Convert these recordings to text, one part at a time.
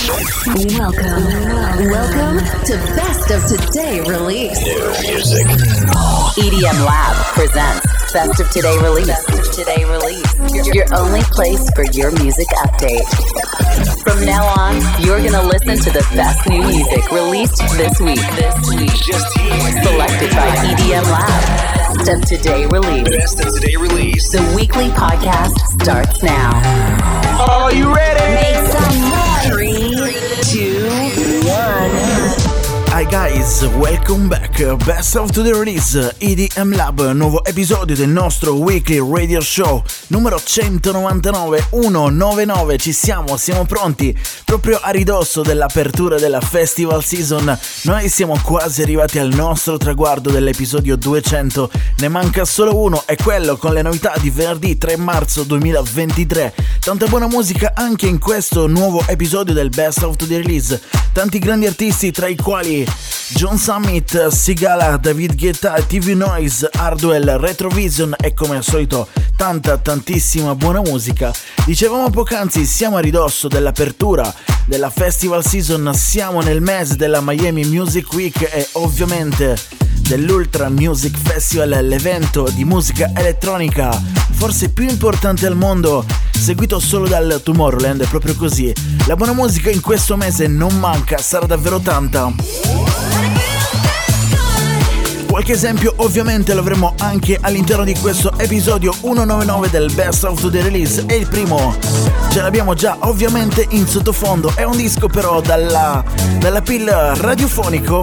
Welcome to Best of Today Release. New music. EDM Lab presents Best of Today Release. Best of Today Release. Your only place for your music update. From now on, you're gonna listen to the best new music released this week. Selected by EDM Lab. Best of Today Release. Best of Today Release. The weekly podcast starts now. Are you ready? Make some noise. 3, 2, 1. Hi guys, welcome back. Best of Today Release, EDM Lab, nuovo episodio del nostro weekly radio show numero 199, 199. Ci siamo pronti, proprio a ridosso dell'apertura della festival season. Noi siamo quasi arrivati al nostro traguardo dell'episodio 200. Ne manca solo uno, è quello con le novità di venerdì 3 marzo 2023. Tanta buona musica anche in questo nuovo episodio del Best of Today Release. Tanti grandi artisti, tra i quali John Summit, Sigala, David Guetta, TV Noise, Hardwell, Retrovision e come al solito tantissima buona musica. Dicevamo poc'anzi, siamo a ridosso dell'apertura della festival season, siamo nel mese della Miami Music Week e ovviamente dell'Ultra Music Festival, l'evento di musica elettronica forse più importante al mondo, seguito solo dal Tomorrowland. È proprio così, la buona musica in questo mese non manca, sarà davvero tanta. Qualche esempio ovviamente lo avremo anche all'interno di questo episodio 199 del Best of the Release, e il primo ce l'abbiamo già ovviamente in sottofondo, è un disco però dalla pill radiofonico.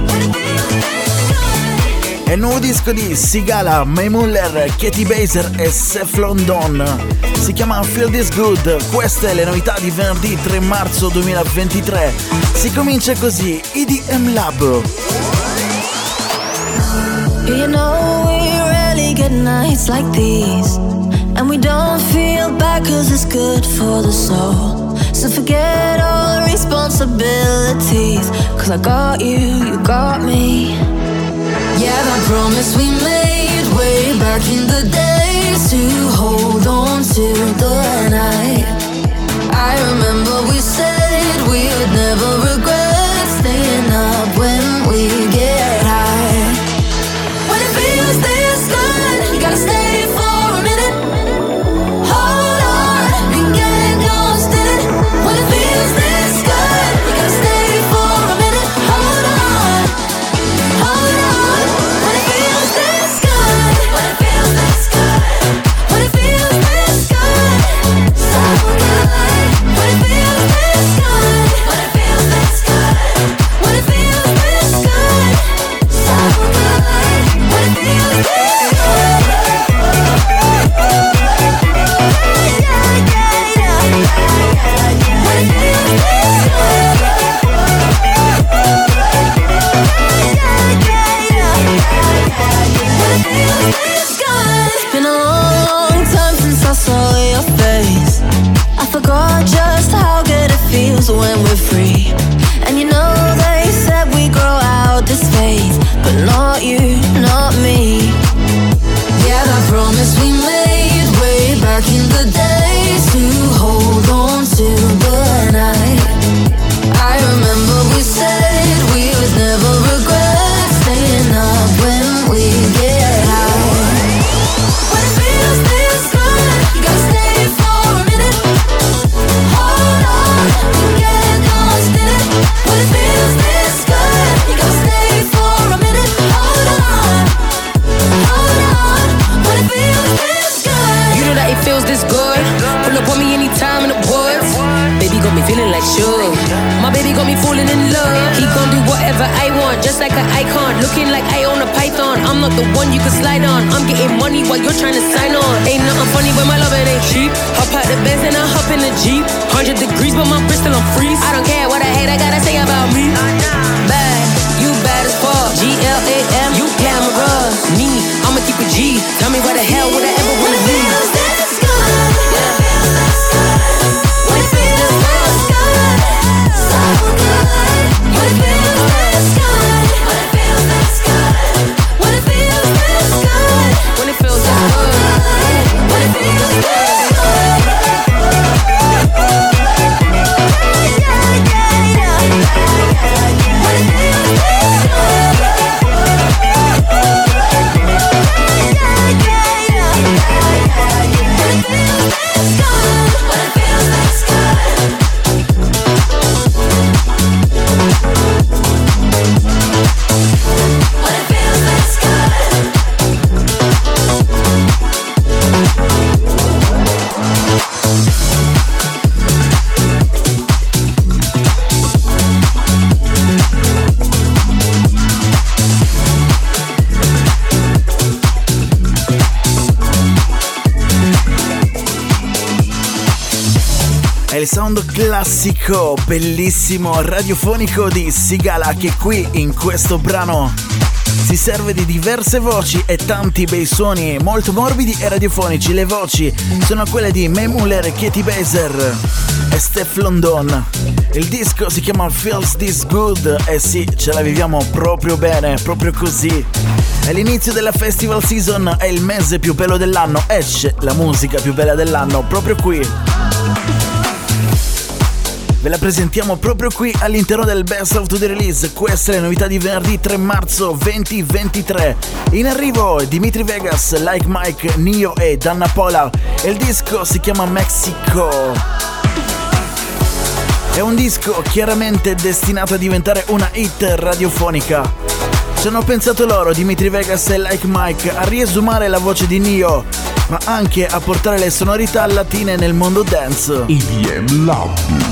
È il nuovo disco di Sigala, May Muller, Katie Baser e Saffron Dawn. Si chiama Feel This Good. Queste le novità di venerdì 3 marzo 2023. Si comincia così, EDM Lab. You know we rarely get nights like these, and we don't feel bad cause it's good for the soul. So forget all responsibilities, cause I got you, you got me. Yeah, that promise we made way back in the days, to hold on to the night. I remember we said we would never regret staying up when we get high. When it feels this good, you gotta stay for a minute. Hold on, been getting lost in it. When it feels this good, you gotta stay for a minute. Hold on, hold on. When it feels this good, when it feels this good, when it feels this good, so good. When it feels this good, when it feels this good, when it feels this good, so good. When it feels this good. It's been a long time since I saw your face. I forgot just how good it feels when we're free. And you know they said we grow out this phase, but not you, not me. Yeah, that promise we made way back in the days, to hold on to the night. I remember we said we would never regret staying up when we get high. When it feels this good, you gotta stay for a minute. Hold on, you get lost in it. When it feels this good, you gotta stay for a minute. Hold on, hold on. When it feels this good, you know that it feels this good. Pull up on me anytime in the woods. Baby got me feeling like sugar. My baby got me falling in love. He gon' do whatever I want, just like an icon. Looking like I own a python. I'm not the one you can slide on. I'm getting money while you're trying to sign on. Ain't nothing funny when my love it ain't cheap. Hop out the Benz and I hop in the Jeep. 100 degrees but my wrist still on freeze. I don't care what I hate, I gotta say about me. Bad, you bad as fuck. G-L-A-M, you glamorous. Me, I'ma keep it G. Tell me where the hell would I ever wanna be? when it feels this good, so good. When it feels this good, when it feels this good, when it feels this good, When it feels so good. when it feels this good. Yeah, yeah. sound classico, bellissimo, radiofonico di Sigala, che qui in questo brano si serve di diverse voci e tanti bei suoni molto morbidi e radiofonici. Le voci sono quelle di Mae Muller, Katie Baser e Steph London. Il disco si chiama Feels This Good e sì, ce la viviamo proprio bene, proprio così. È l'inizio della festival season, è il mese più bello dell'anno, esce la musica più bella dell'anno proprio qui. Ve la presentiamo proprio qui all'interno del Best of the Release. Queste le novità di venerdì 3 marzo 2023. In arrivo Dimitri Vegas, Like Mike, Nio e Danna Pola. Il disco si chiama Mexico. È un disco chiaramente destinato a diventare una hit radiofonica. Ci hanno pensato loro, Dimitri Vegas e Like Mike, a riesumare la voce di Nio, ma anche a portare le sonorità latine nel mondo dance. EDM Lab.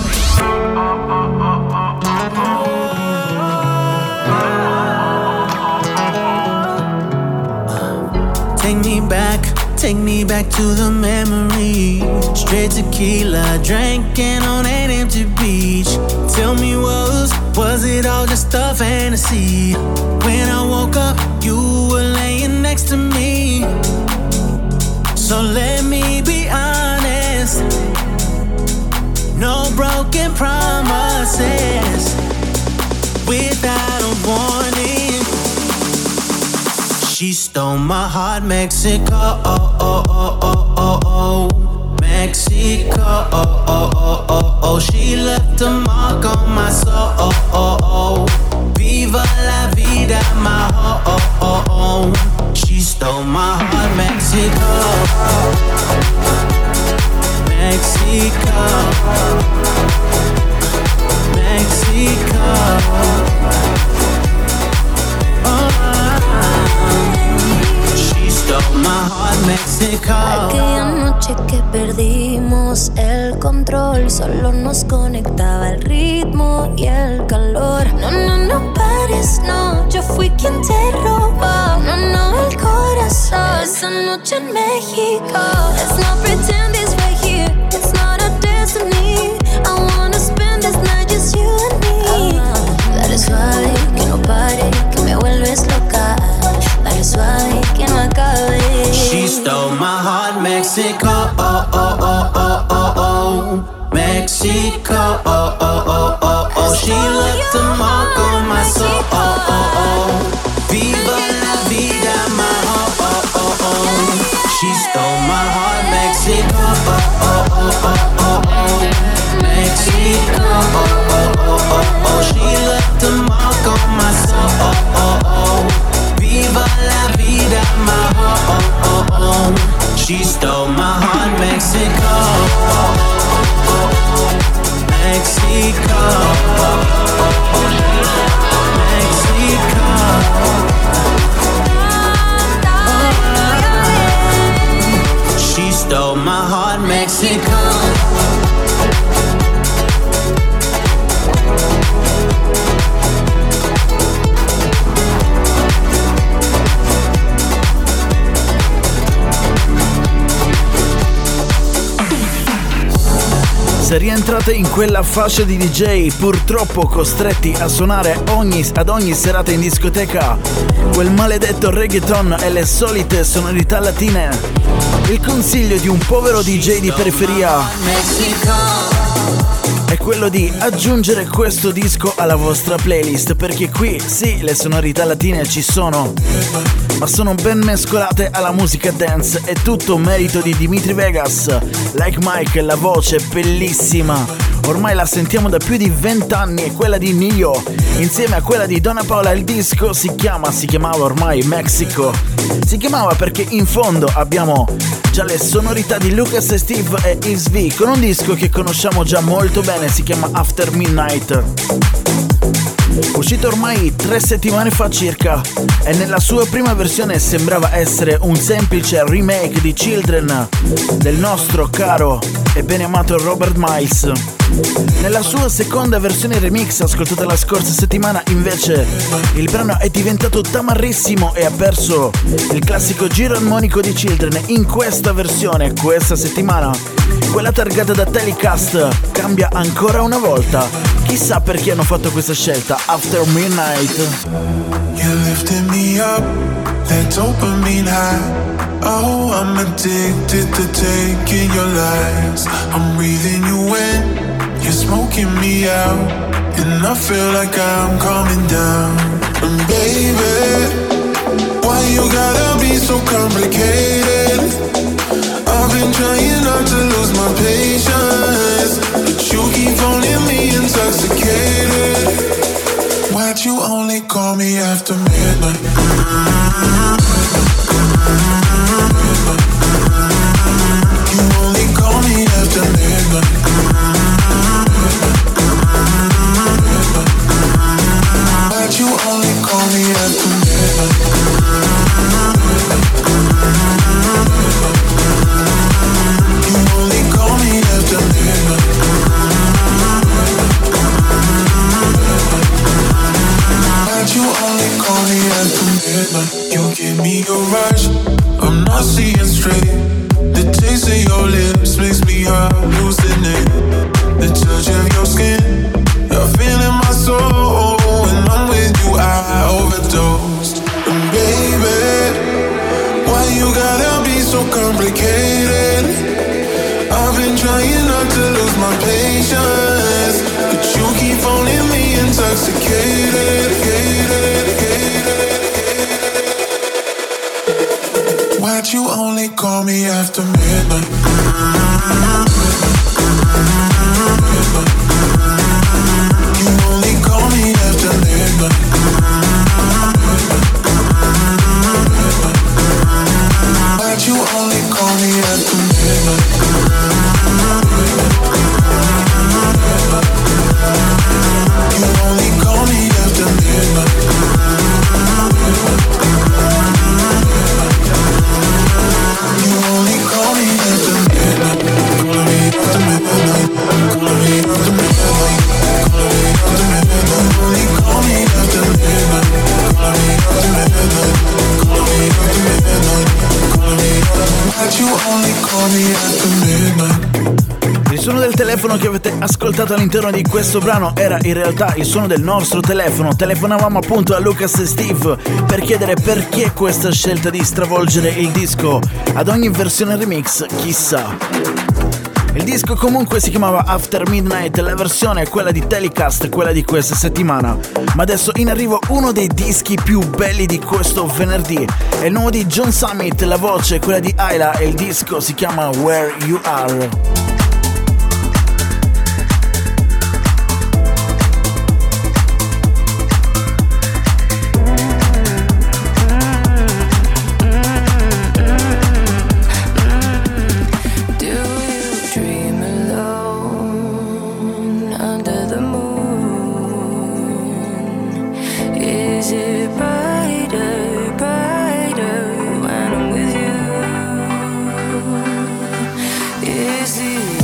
Take me back to the memory. Straight tequila, drinking on an empty beach. Tell me, was it all just a fantasy? When I woke up, you were laying next to me. So let me be honest, no broken promises without a warning. She stole my heart, Mexico, Mexico, she left a mark on my soul. Viva la vida, my home. She stole my heart, Mexico, Mexico, Mexico. She stole my heart, Mexico. Aquella noche que perdimos el control, solo nos conectaba el ritmo y el calor. No pares, no, yo fui quien te robó. No, el corazón. Esa noche en México. Let's not pretend it's right here, it's not a destiny. I wanna spend this night just you and me. Dale suave, que no pare, que me vuelves loca. Dale suave, que no acabe. She stole my heart, Mexico, Mexico, she left a mark on my soul. Viva la vida, my home. She stole my heart, Mexico, Mexico, she left a mark on my soul. Viva la vida, my home. She stole my heart, Mexico, Mexico, Mexico. She stole my heart, Mexico. Se rientrate in quella fascia di DJ purtroppo costretti a suonare ad ogni serata in discoteca quel maledetto reggaeton e le solite sonorità latine, il consiglio di un povero DJ di periferia è quello di aggiungere questo disco alla vostra playlist, perché qui sì, le sonorità latine ci sono, ma sono ben mescolate alla musica dance. È tutto merito di Dimitri Vegas. Like Mike, la voce bellissima, ormai la sentiamo da più di 20 anni, è quella di Nio insieme a quella di Donna Paola. Il disco si chiamava ormai Mexico. Si chiamava perché in fondo abbiamo già le sonorità di Lucas e Steve e Yves V, con un disco che conosciamo già molto bene, si chiama After Midnight. uscito ormai 3 settimane fa circa, e nella sua prima versione sembrava essere un semplice remake di Children del nostro caro e bene amato Robert Miles. Nella sua seconda versione remix ascoltata la scorsa settimana invece il brano è diventato tamarrissimo e ha perso il classico giro armonico di Children. In questa versione, questa settimana, quella targata da Telecast cambia ancora una volta. Chissà perché hanno fatto questa scelta. After Midnight. You lifted me up, that dopamine high. Oh, I'm addicted to taking your lies. I'm breathing you in, you're smoking me out, and I feel like I'm coming down. And baby, why you gotta be so complicated? I've been trying not to lose my patience, but you keep phoning me intoxicated. Why'd you only call me after midnight? You only call me after midnight. Why'd you only call me after midnight? You only call me after midnight. Why'd you only call me after midnight? You give me a rush, I'm not seeing straight. The taste of your lips makes me hallucinate. The touch of your skin, you're feeling my soul. When I'm with you, I overdose. And baby, why you gotta be so complicated? I've been trying not to lose my patience, but you keep phoning me intoxicated. Why'd you only call me after midnight? You only call me after midnight. Why'd you only call me after midnight? You only call me after midnight. You only call me after midnight. Call me after midnight. Call me after midnight. Call me after midnight. Only call me after midnight. Call me after midnight. Call me after midnight. Call me after. Why'd you only call me after midnight? Il suono del telefono che avete ascoltato all'interno di questo brano era in realtà il suono del nostro telefono. Telefonavamo appunto a Lucas e Steve per chiedere perché questa scelta di stravolgere il disco ad ogni versione remix, chissà. Il disco comunque si chiamava After Midnight, la versione è quella di Telecast, quella di questa settimana. Ma adesso in arrivo uno dei dischi più belli di questo venerdì. È il nuovo di John Summit, la voce è quella di Ayla e il disco si chiama Where You Are. Is it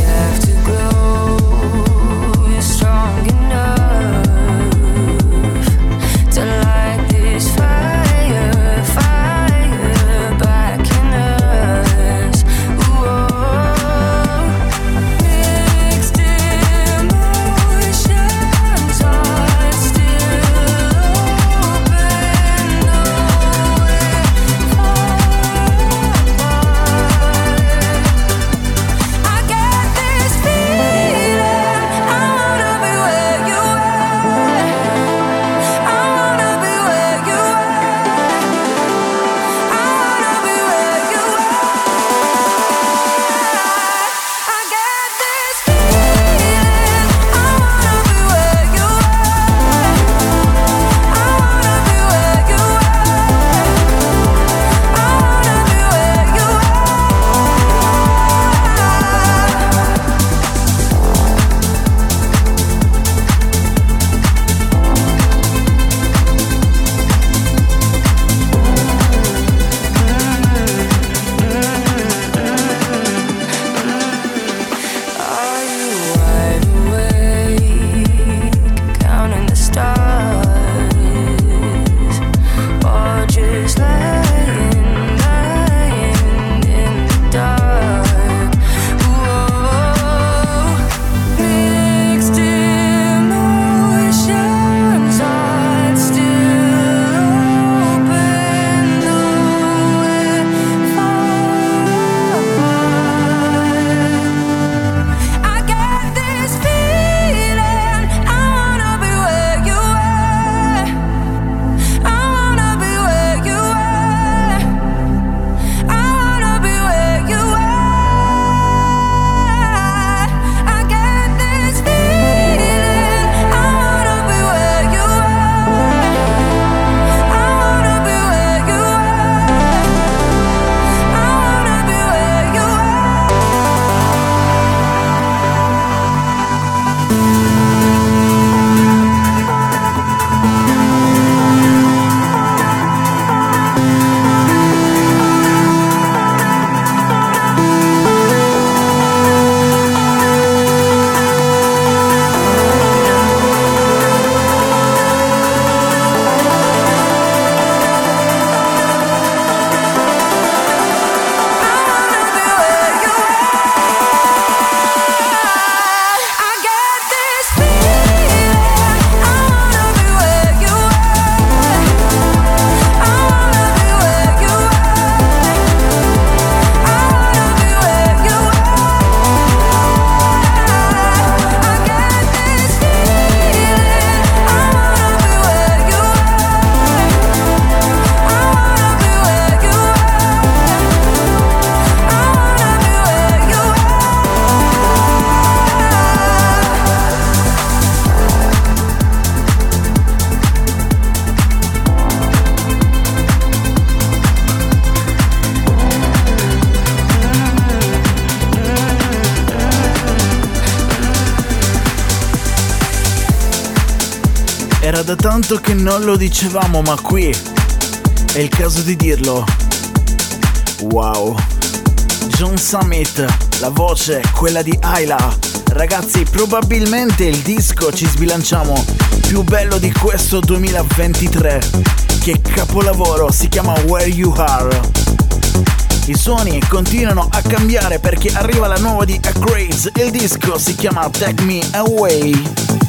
Era da tanto che non lo dicevamo, ma qui è il caso di dirlo. Wow. John Summit, la voce, quella di Ayla. Ragazzi, probabilmente il disco, ci sbilanciamo, più bello di questo 2023. Che capolavoro, si chiama Where You Are. I suoni continuano a cambiare perché arriva la nuova di Craze. Il disco si chiama Take Me Away.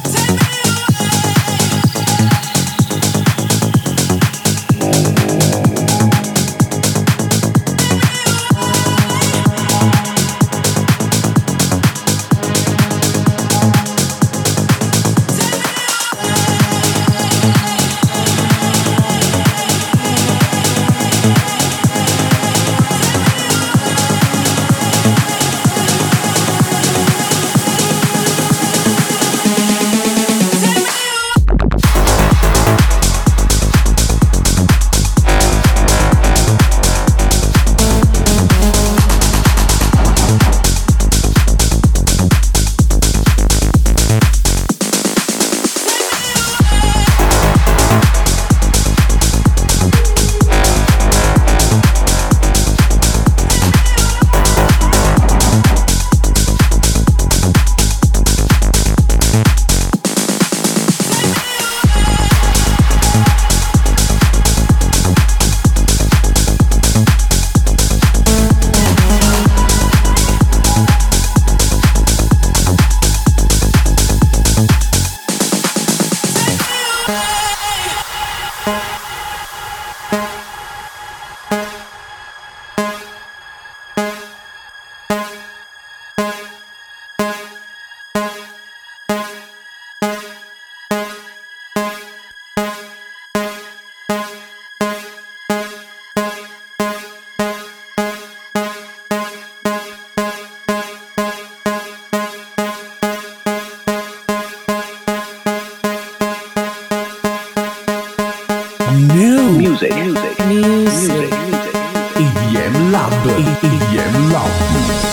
EDM Lab. EDM Lab.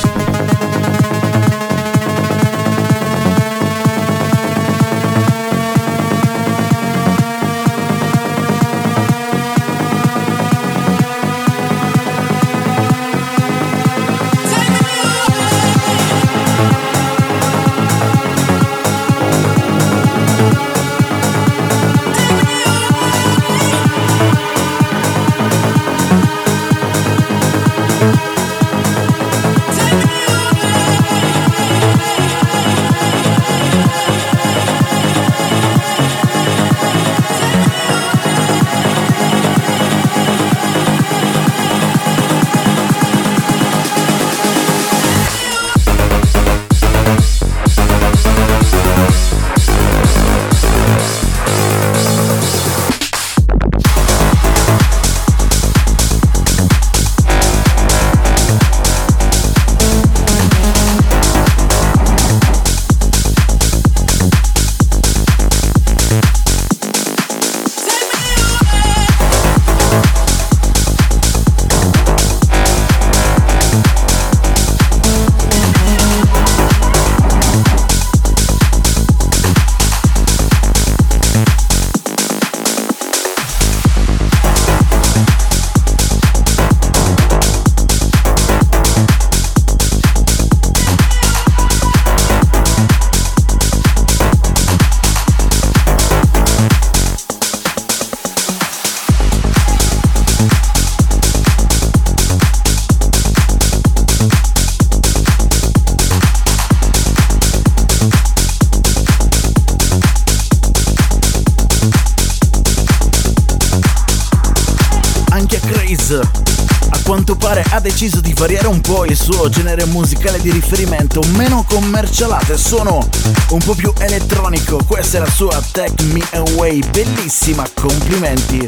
A quanto pare ha deciso di variare un po' il suo genere musicale di riferimento, meno commercialato e suono un po' più elettronico. Questa è la sua Take Me Away, bellissima, complimenti.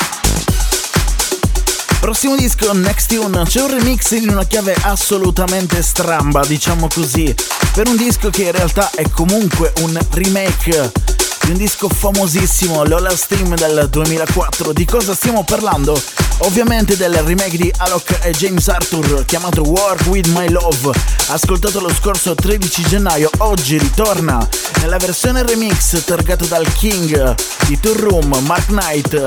Prossimo disco, Next Tune, c'è un remix in una chiave assolutamente stramba, diciamo così, per un disco che in realtà è comunque un remake di un disco famosissimo, Lola Steam del 2004. Di cosa stiamo parlando? ovviamente del remake di Alok e James Arthur chiamato Work With My Love, ascoltato lo scorso 13 gennaio, oggi ritorna nella versione remix targata dal King di Tour Room, Mark Knight.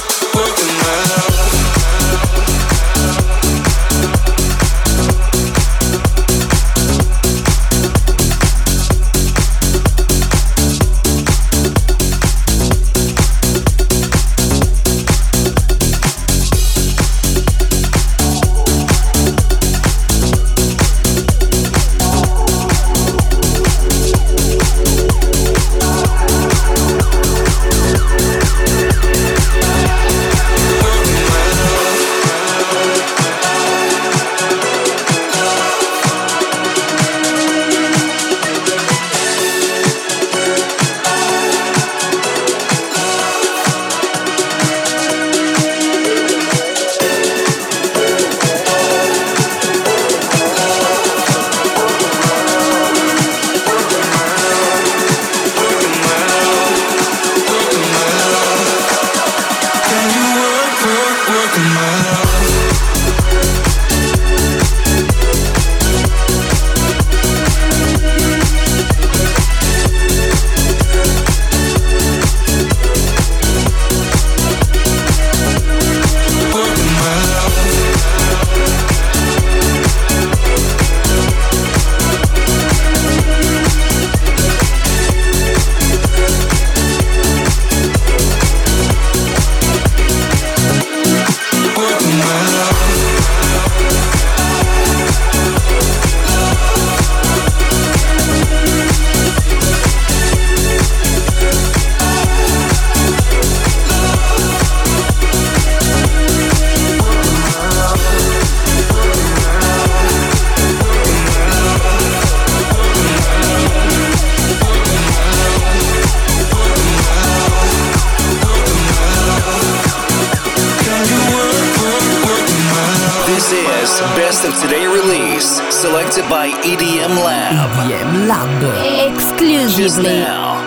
Selected by EDM Lab. EDM Lab. Exclusively. Now.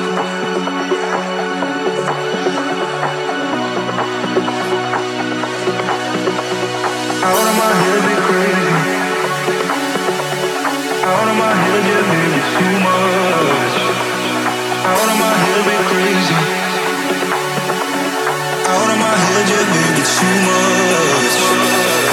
Out of my head, be crazy. Out of my head, yeah, baby, too much. Out of my head, be crazy. Out of my head, yeah, baby, too much.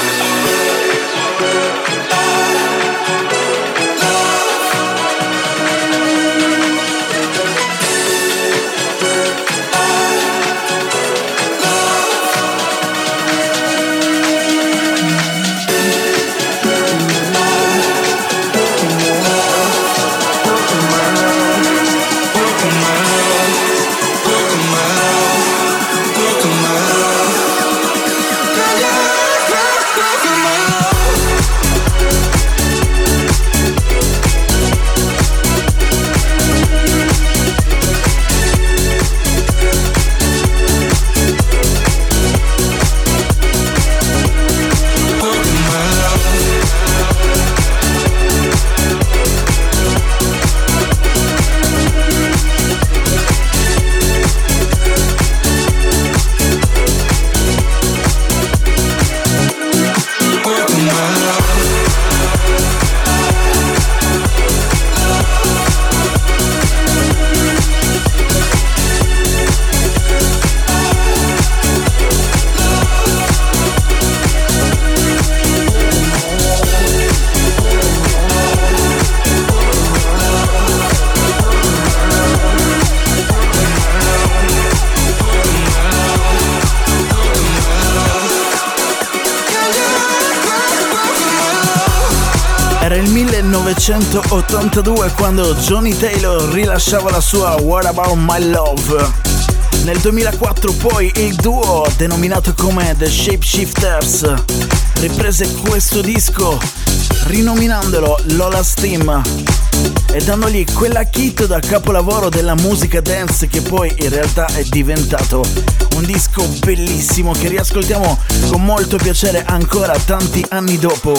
Era il 1982 quando Johnny Taylor rilasciava la sua What About My Love. Nel 2004 poi il duo denominato come The Shapeshifters riprese questo disco rinominandolo Lola's Theme e dandogli quella hit da capolavoro della musica dance che poi in realtà è diventato un disco bellissimo che riascoltiamo con molto piacere ancora tanti anni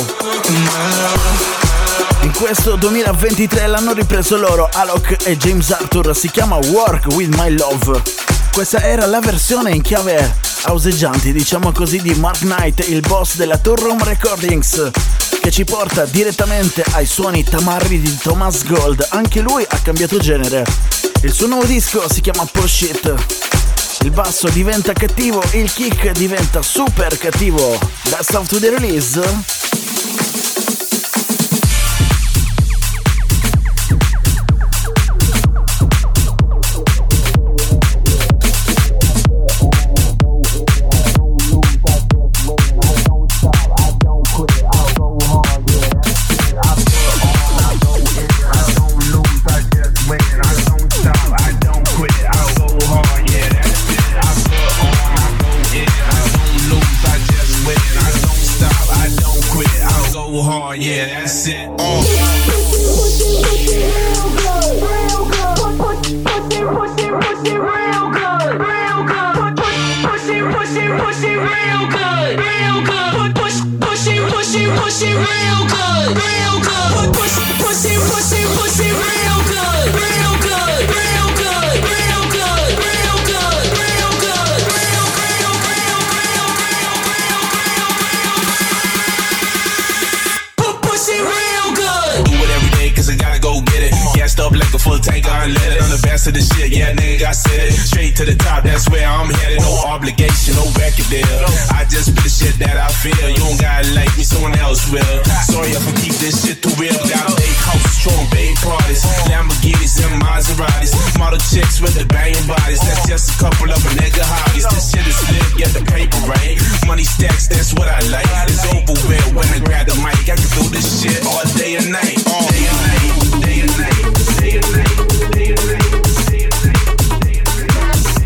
dopo. In questo 2023 l'hanno ripreso loro, Alok e James Arthur, si chiama Work With My Love. Questa era la versione in chiave houseggiante, diciamo così, di Mark Knight, il boss della Tour Room Recordings, che ci porta direttamente ai suoni tamarri di Thomas Gold. Anche lui ha cambiato genere. Il suo nuovo disco si chiama Push It. Il basso diventa cattivo, il kick diventa super cattivo. Best of the release. Yeah, that's it. Full tank, unleaded on the best of the shit. Yeah, nigga, I said it. Straight to the top, that's where I'm headed. No obligation, no record deal. I just be the shit that I feel. You don't gotta like me, someone else will. Sorry if I keep this shit too real. Got big houses, strong big parties, Lamborghinis and Maseratis, model chicks with the banging bodies. That's just a couple of a nigga hobbies. This shit is lit, get the paper right. Money stacks, that's what I like. It's over with when I grab the mic. I can do this shit all day and night. All day and night, day and night. Day and night, day and night, day and night, day and night.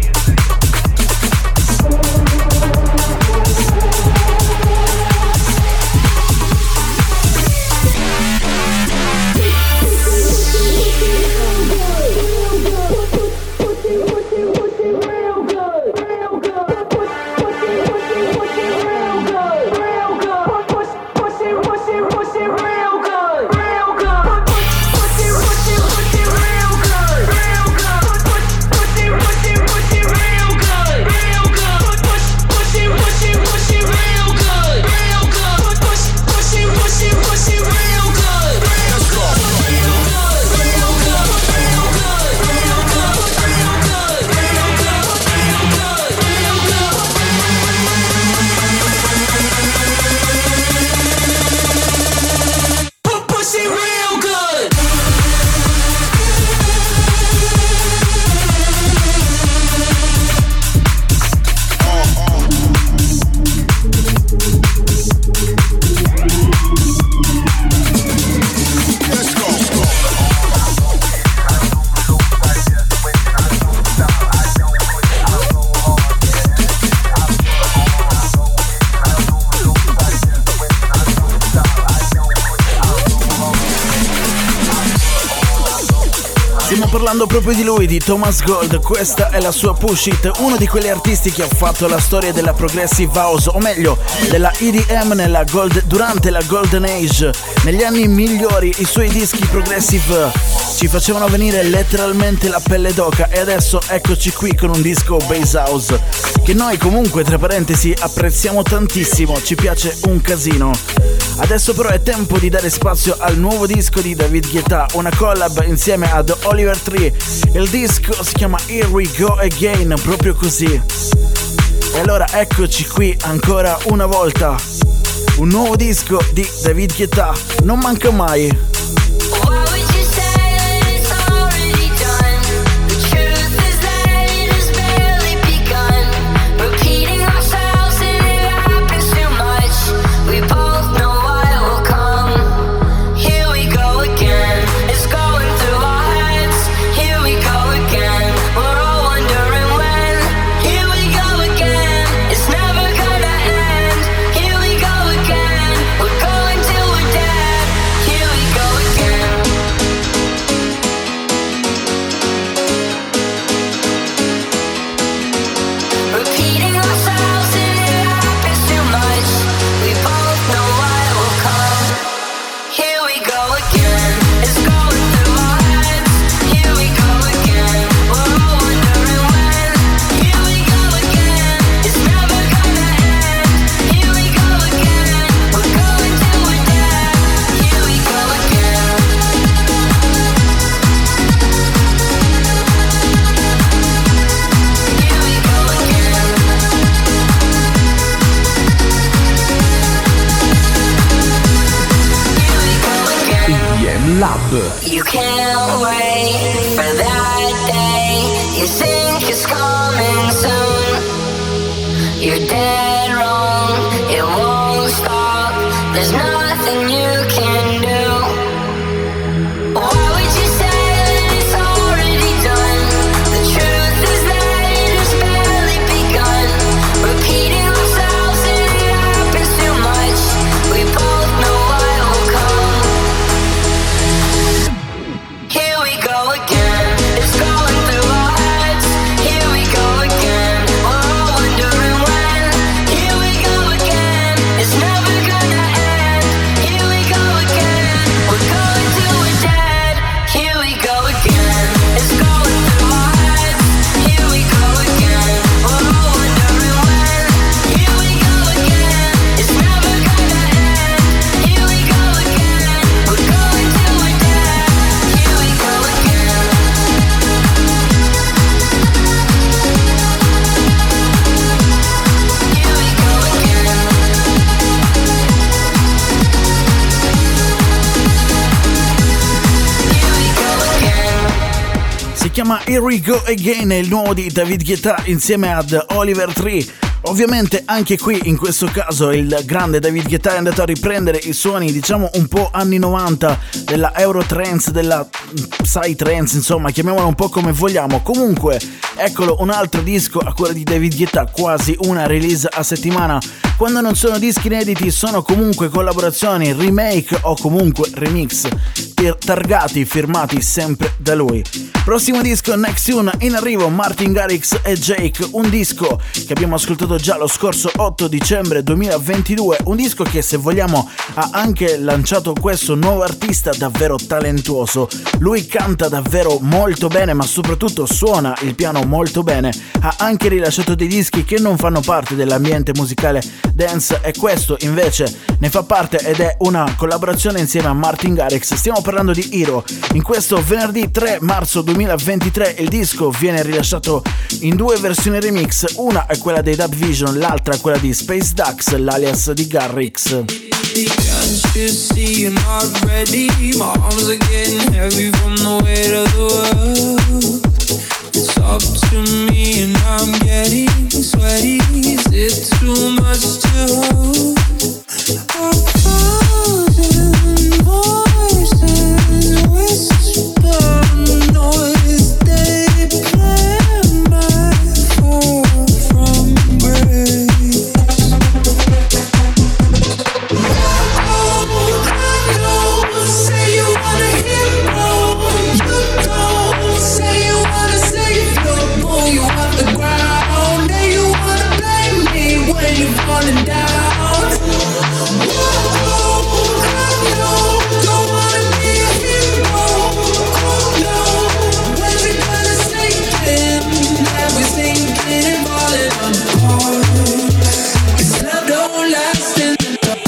Parlando proprio di lui, di Thomas Gold, questa è la sua Push It, uno di quegli artisti che ha fatto la storia della Progressive House, o meglio della EDM durante la Golden Age. Negli anni migliori i suoi dischi Progressive ci facevano venire letteralmente la pelle d'oca, e adesso eccoci qui con un disco Bass House che noi comunque, tra parentesi, apprezziamo tantissimo, ci piace un casino. Adesso però è tempo di dare spazio al nuovo disco di David Guetta, una collab insieme ad Oliver Tree. Il disco si chiama Here We Go Again, proprio così. E allora eccoci qui ancora una volta, un nuovo disco di David Guetta, non manca mai. Here we go You can't wait for that day. You think it's coming soon. You're dead wrong, it won't stop. There's nothing you can do. Why would you say that it's already done? The truth is that it has barely begun. Repeating ourselves and it happens too much. We both know what will come. Here we go again, it's going through our heads. Here we go again, we're all wondering when. Here we go again, it's never gonna end. Here we go again, we're going till we're dead. Here we go again, it's going through our heads. Here we go again, we're all wondering when. Here we go again, it's never gonna end. Here we go again, we're going till we're dead. Here we go again. Here we go again. Here we go again. Si chiama Here We Go Again, è il nuovo di David Guetta insieme ad Oliver Tree. Ovviamente anche qui in questo caso il grande David Guetta è andato a riprendere i suoni, diciamo un po' anni 90, della Eurotrance, della Psytrance, insomma chiamiamolo un po' come vogliamo. Comunque eccolo un altro disco a cura di David Guetta, quasi una release a settimana. Quando non sono dischi inediti sono comunque collaborazioni, remake o comunque remix targati, firmati sempre da lui. Prossimo disco, Next Tune, in arrivo Martin Garrix e Jake, un disco che abbiamo ascoltato già lo scorso 8 dicembre 2022, un disco che se vogliamo ha anche lanciato questo nuovo artista davvero talentuoso. Lui canta davvero molto bene, ma soprattutto suona il piano molto bene. Ha anche rilasciato dei dischi che non fanno parte dell'ambiente musicale dance e questo invece ne fa parte ed è una collaborazione insieme a Martin Garrix. Stiamo parlando di Hero. In questo venerdì 3 marzo 2023 il disco viene rilasciato in due versioni remix, una è quella dei Dub Vision, l'altra è quella di Space Ducks, l'alias di Garrix. Can't you see you're not ready? My arms are getting heavy from the weight of the world. It's up to me and I'm getting sweaty. Is it too much to hold? A thousand voices whisper noise they plan my fall from grace. Say you want a hero, you don't. Say you wanna save your pull you off the ground. And you wanna blame me when you're falling down. Don't wanna be a hero, no. When's it gonna sink in? That we're sinking and falling apart. 'Cause love don't last in the dark.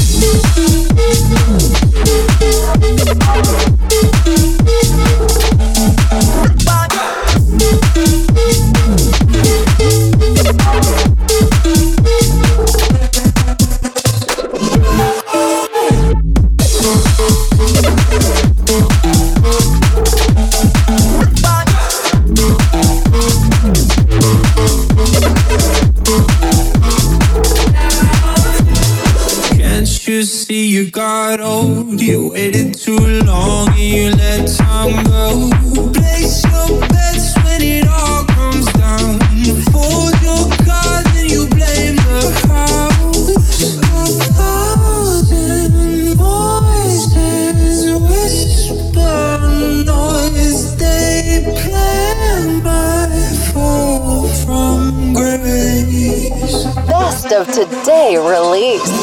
Can't you see you got old? You waited too long and you let time go. Place your bets when it all comes down. Fold your cards and you blame the house. A thousand voices whisper noise they plan my fall from grace. Best of today release.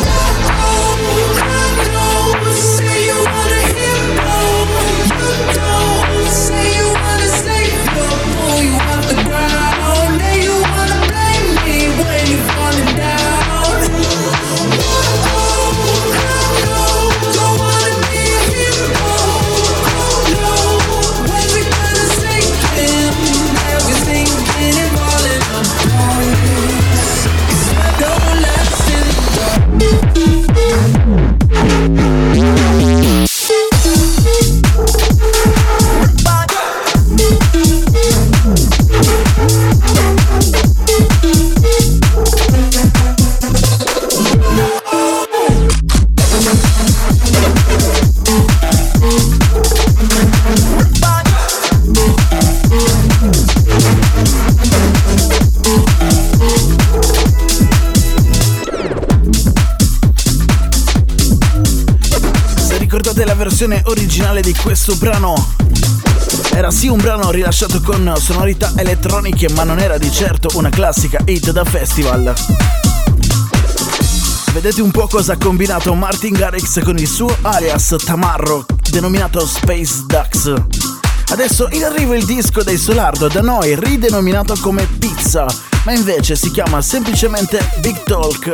Say you want a hero, you don't. Say you wanna save your pull you off the ground. And you wanna blame me when you're falling down. Don't wanna be a hero, no. When's it gonna sink in? That we're sinking and falling apart. 'Cause love don't last in the dark. versione originale di questo brano. Era sì un brano rilasciato con sonorità elettroniche, ma non era di certo una classica hit da festival. Vedete un po' cosa ha combinato Martin Garrix con il suo alias Tamarro, denominato Space Ducks. Adesso in arrivo il disco dei Solardo, da noi ridenominato come Pizza, ma invece si chiama semplicemente Big Talk.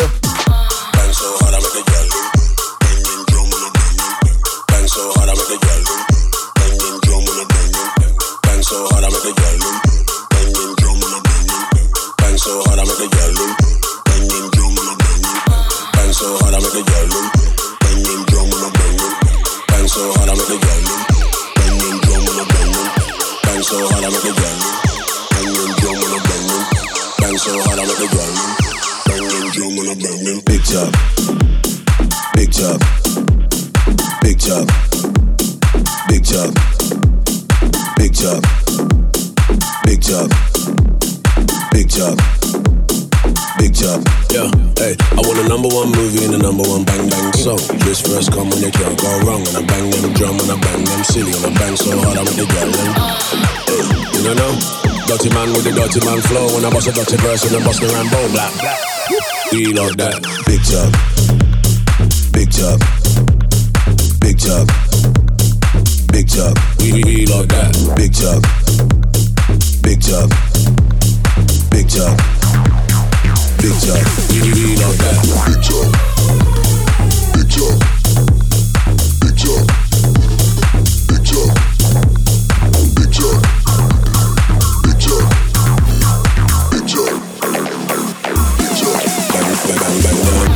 Yeah, hey, I want a number one movie and a number one bang bang song. Just first come when you can't go wrong. And I bang them drum and I bang them silly. And I bang so hard I make the girl them. Hey, you don't know? Dirty man with the dirty man flow. When I bust a dirty verse and I bust the Rambo black. We love that. Big job. Big job. Big job. Big job. We love that. Big job. Big job. Big job. Big job. We love that. Big job. Big job. Big job. Big job. Big job. Big job. Big job. Big job. Bang, bang, bang, bang.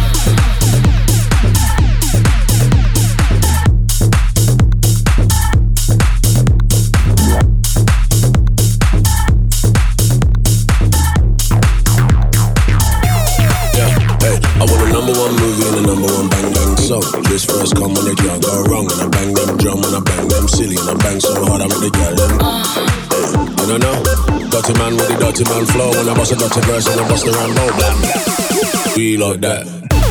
Just first come when they can't go wrong. And I bang them drum and I bang them silly. And I bang so hard I make the girl them. Hey, you don't know? Dirty man with the dirty man flow. When I bust a dirty verse and I bust the Rambo black. We like that.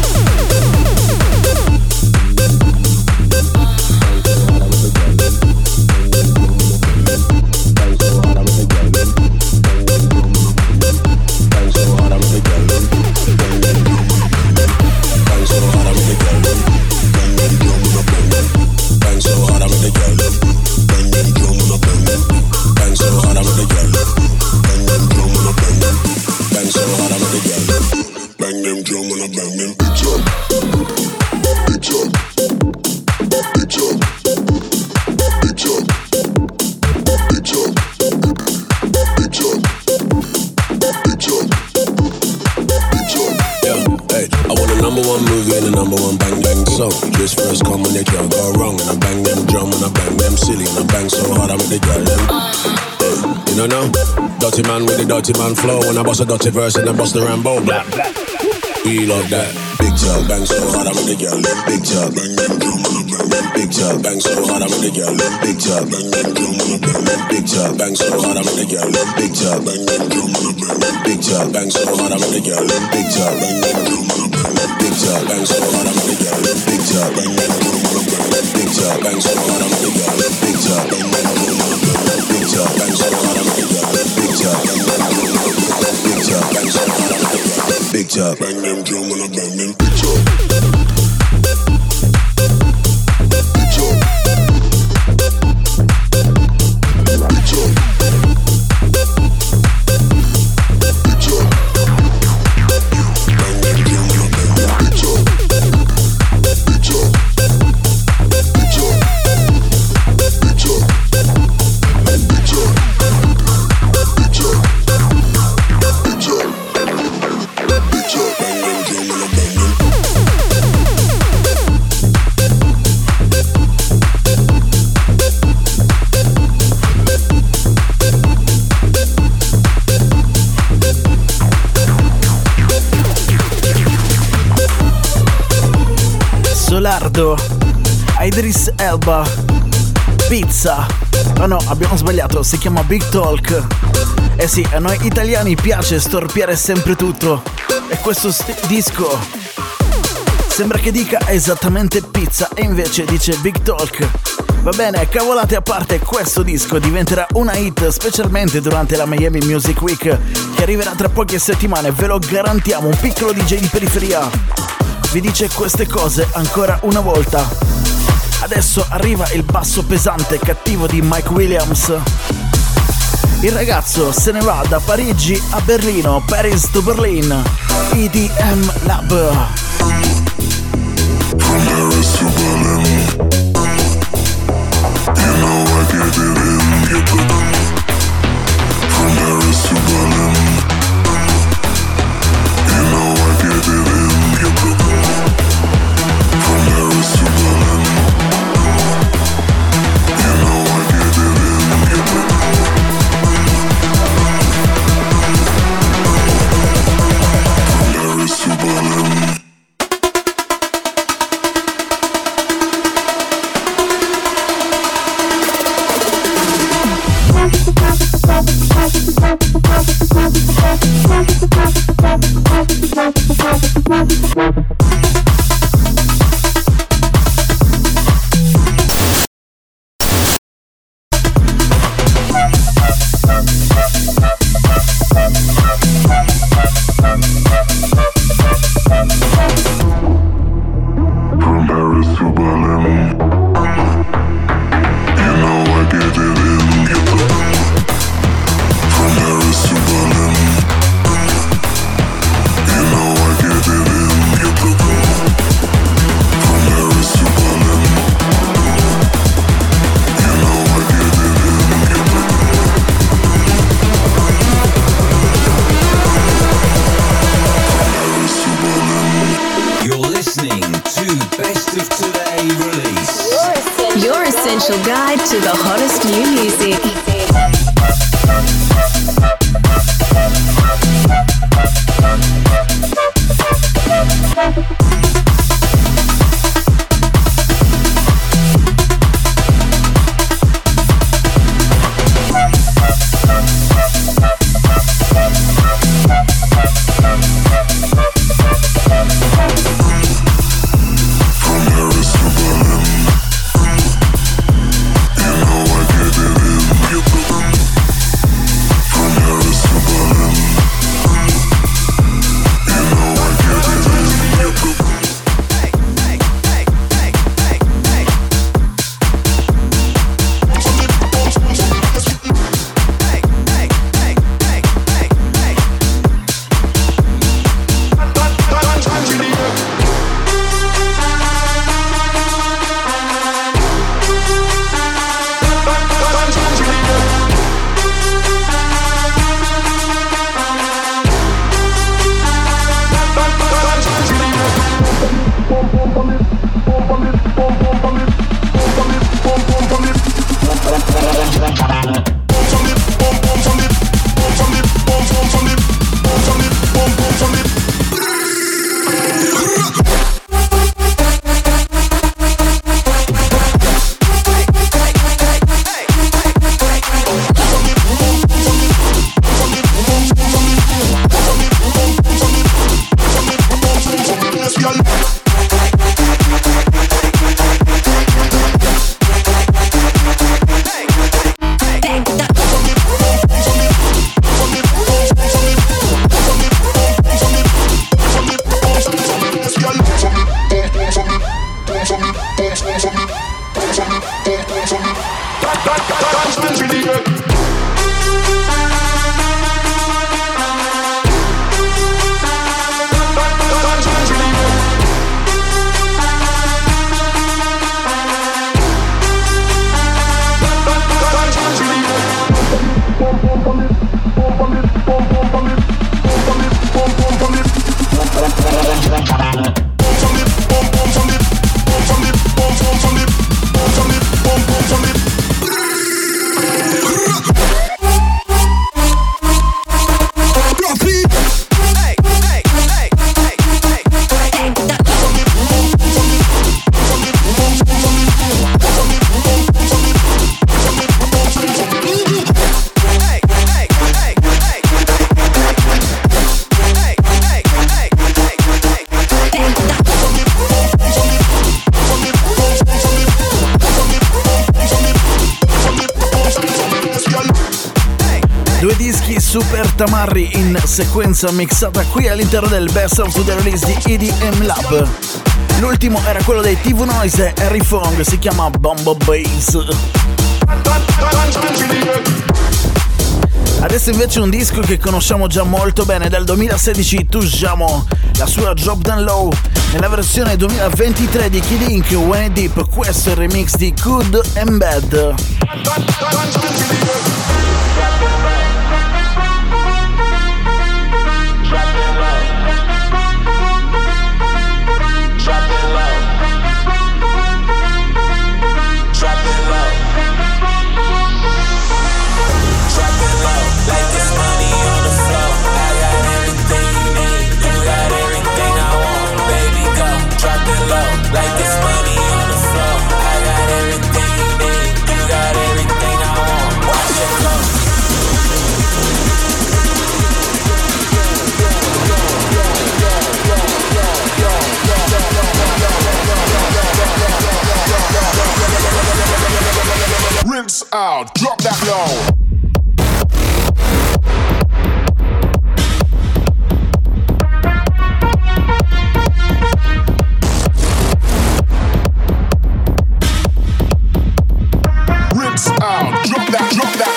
Just first come when they can't go wrong. And I bang them drum and I bang them silly. And I bang so hard I make the girl them. Hey, you don't know? Dirty man with the dirty man flow. When I bust a dirty verse and I bust the Rambo black. We love that. Big job, bang so hard I make the girl them. Big job, bang them drum and I bang them. Big job, bang so hard I make the girl them. Big job, bang them drum and I bang them. Big job, bang so hard I make the girl them. Big job, bang them drum and I bang them. Big job, bang so hard I make the girl them. Big job, bang them drum and I bang them. Big job, bang so hard I make the girl them. Big job, bang them drum and I bang them. Big job, bang so hard I make the girl them. Big job, bang them drum and I bang them. Big job, bang so hard I make the girl them. Big job, bang them drum and I bang them. Big job, bang so hard I make the girl them. Big job, bang them drum and I bang them. Big job. Solardo, Idris Elba, Pizza. Oh no, abbiamo sbagliato, si chiama Big Talk. Eh sì, a noi italiani piace storpiare sempre tutto. E questo disco Sembra che dica esattamente pizza e invece dice Big Talk. Va bene, cavolate a parte, questo disco diventerà una hit specialmente durante la Miami Music Week che arriverà tra poche settimane, ve lo garantiamo. Un piccolo DJ di periferia vi dice queste cose ancora una volta. Adesso arriva il basso pesante cattivo di Mike Williams. Il ragazzo se ne va da Parigi a Berlino, Paris to Berlin. EDM Lab. From Paris to Berlin, you know I get it in. From Paris to Berlin, you know I get it in. From Paris to Berlin, you know I get it in. From Paris to Berlin. Guide to the hottest new music. You Tamarri in sequenza mixata qui all'interno del Best of the Release di EDM Lab. L'ultimo era quello dei TV Noise e Harry Fong, si chiama Bombo Bass. Adesso invece un disco che conosciamo già molto bene, dal 2016 Tujamo, la sua Drop Down Low, nella versione 2023 di Kid Ink, When It Deep, questo è il remix di Good and Bad. Rinse out, drop that low. Rinse out, drop that, drop that.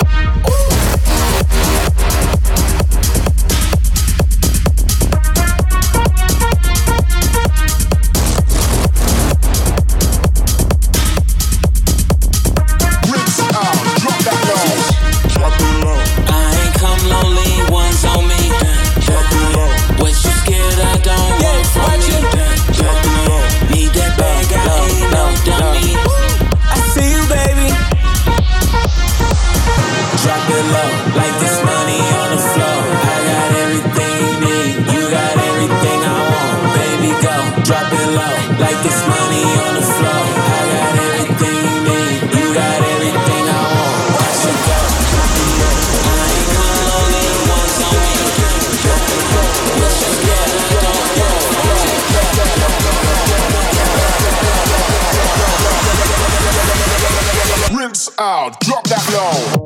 Out, drop that low.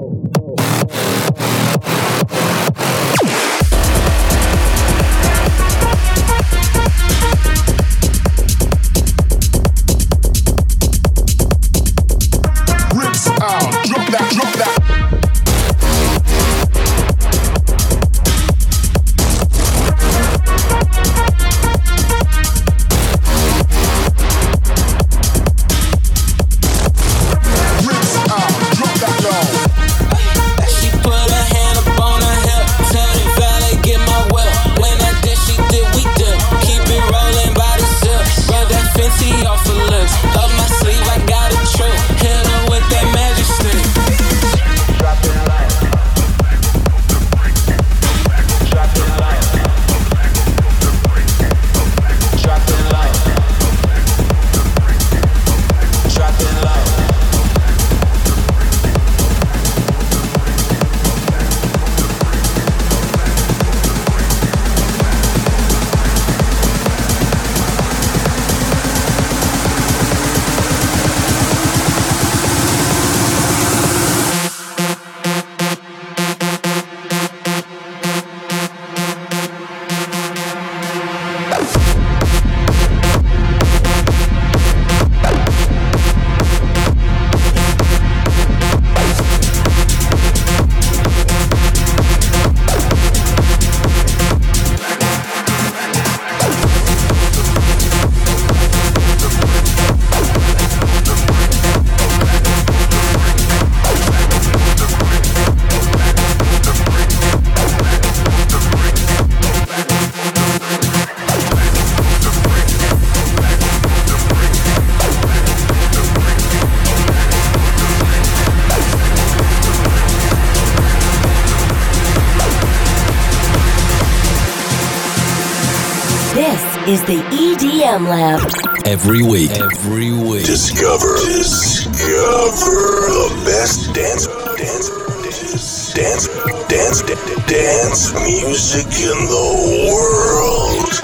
Rips out, drop that, drop that. Is the EDM Lab. Every week. Discover the best dance music in the world.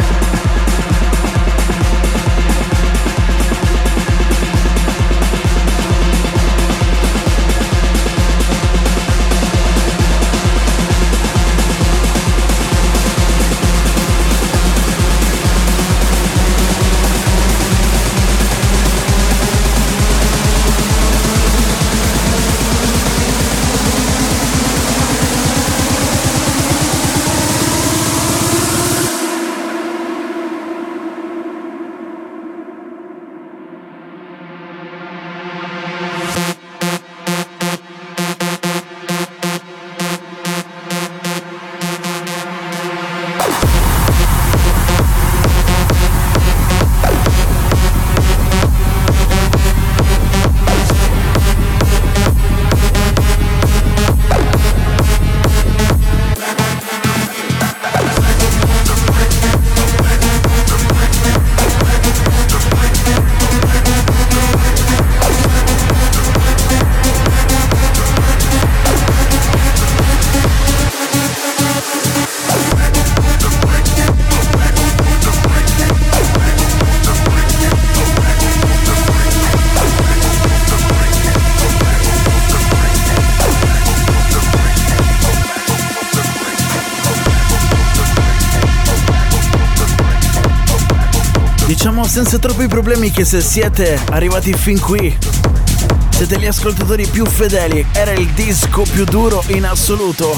Diciamo senza troppi problemi che se siete arrivati fin qui siete gli ascoltatori più fedeli. Era il disco più duro in assoluto.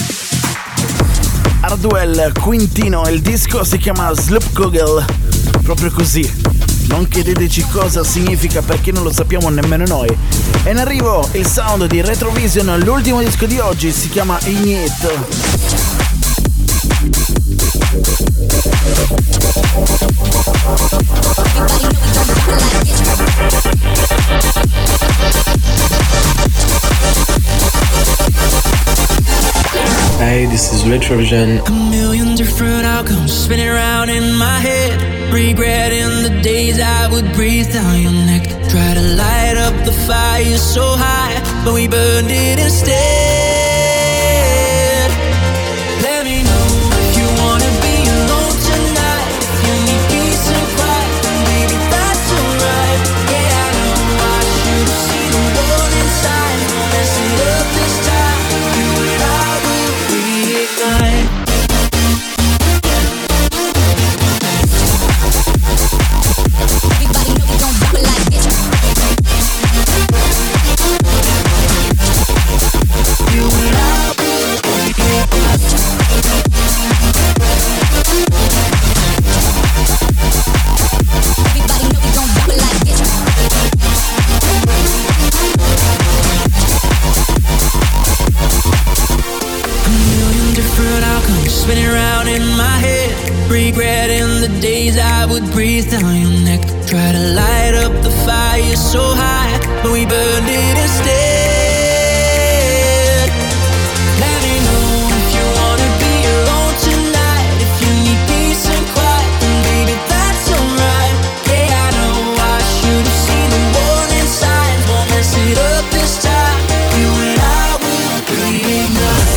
Hardwell Quintino, il disco si chiama Sloopkogel, proprio così. Non chiedeteci cosa significa perché non lo sappiamo nemmeno noi. E in arrivo il sound di Retrovision, l'ultimo disco di oggi si chiama Ignite. Hey, this is Retrovision. A million different outcomes spinning around in my head, regretting the days I would breathe down your neck. Try to light up the fire so high, but we burned it instead. Let me know if you wanna be alone tonight, if you need peace and quiet, baby that's alright. Yeah, I know I should have seen the warning signs, won't mess it up this time. You and I will reignite. Spinning around in my head, regretting the days I would breathe down your neck. Try to light up the fire so high, but we burned it instead. Let me know if you wanna be alone tonight, if you need peace and quiet, then baby that's alright. Yeah, I know I should have seen the warning signs, won't mess it up this time. You and I will reignite.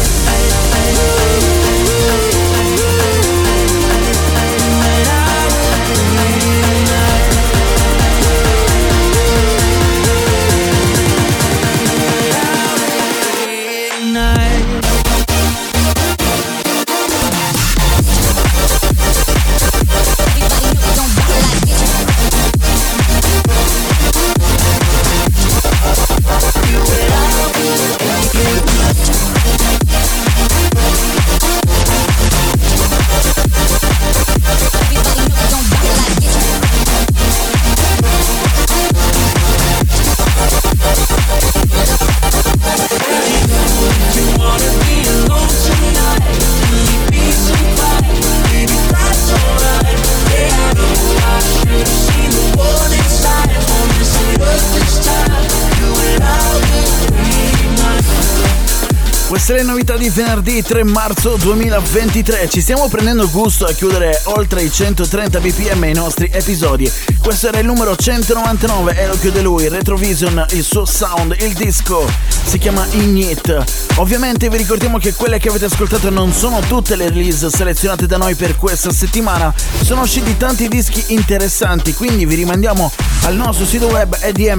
Queste le novità di venerdì 3 marzo 2023. Ci stiamo prendendo gusto a chiudere oltre i 130 bpm i nostri episodi. Questo era il numero 199 e lo chiude lui, Retrovision, il suo sound, il disco si chiama Ignite. Ovviamente vi ricordiamo che quelle che avete ascoltato non sono tutte le release selezionate da noi per questa settimana. Sono usciti tanti dischi interessanti, quindi vi rimandiamo al nostro sito web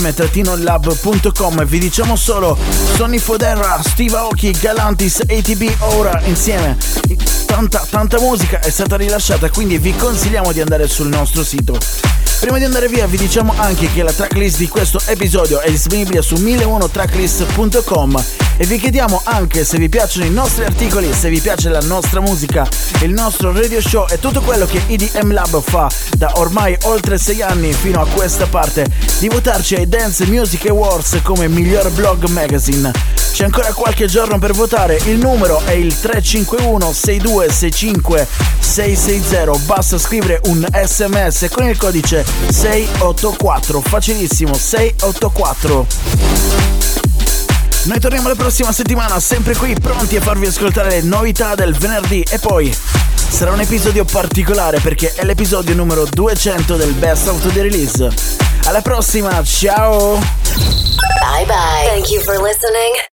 edm-lab.com e vi diciamo solo Sonny Fodera, Steve Aoki, Galantis, ATB ora insieme. Tanta musica è stata rilasciata, quindi vi consigliamo di andare sul nostro sito. Prima di andare via vi diciamo anche che la tracklist di questo episodio è disponibile su 1001tracklist.com e vi chiediamo anche se vi piacciono i nostri articoli, se vi piace la nostra musica, il nostro radio show e tutto quello che EDM Lab fa da ormai oltre 6 anni fino a questa parte, di votarci ai Dance Music Awards come miglior blog magazine. C'è ancora qualche giorno per votare, il numero è il 351 6265 660, basta scrivere un SMS con il codice 684, facilissimo, 684. Noi torniamo la prossima settimana, sempre qui, pronti a farvi ascoltare le novità del venerdì e poi sarà un episodio particolare perché è l'episodio numero 200 del Best of the Release. Alla prossima, ciao! Bye bye. Thank you for listening.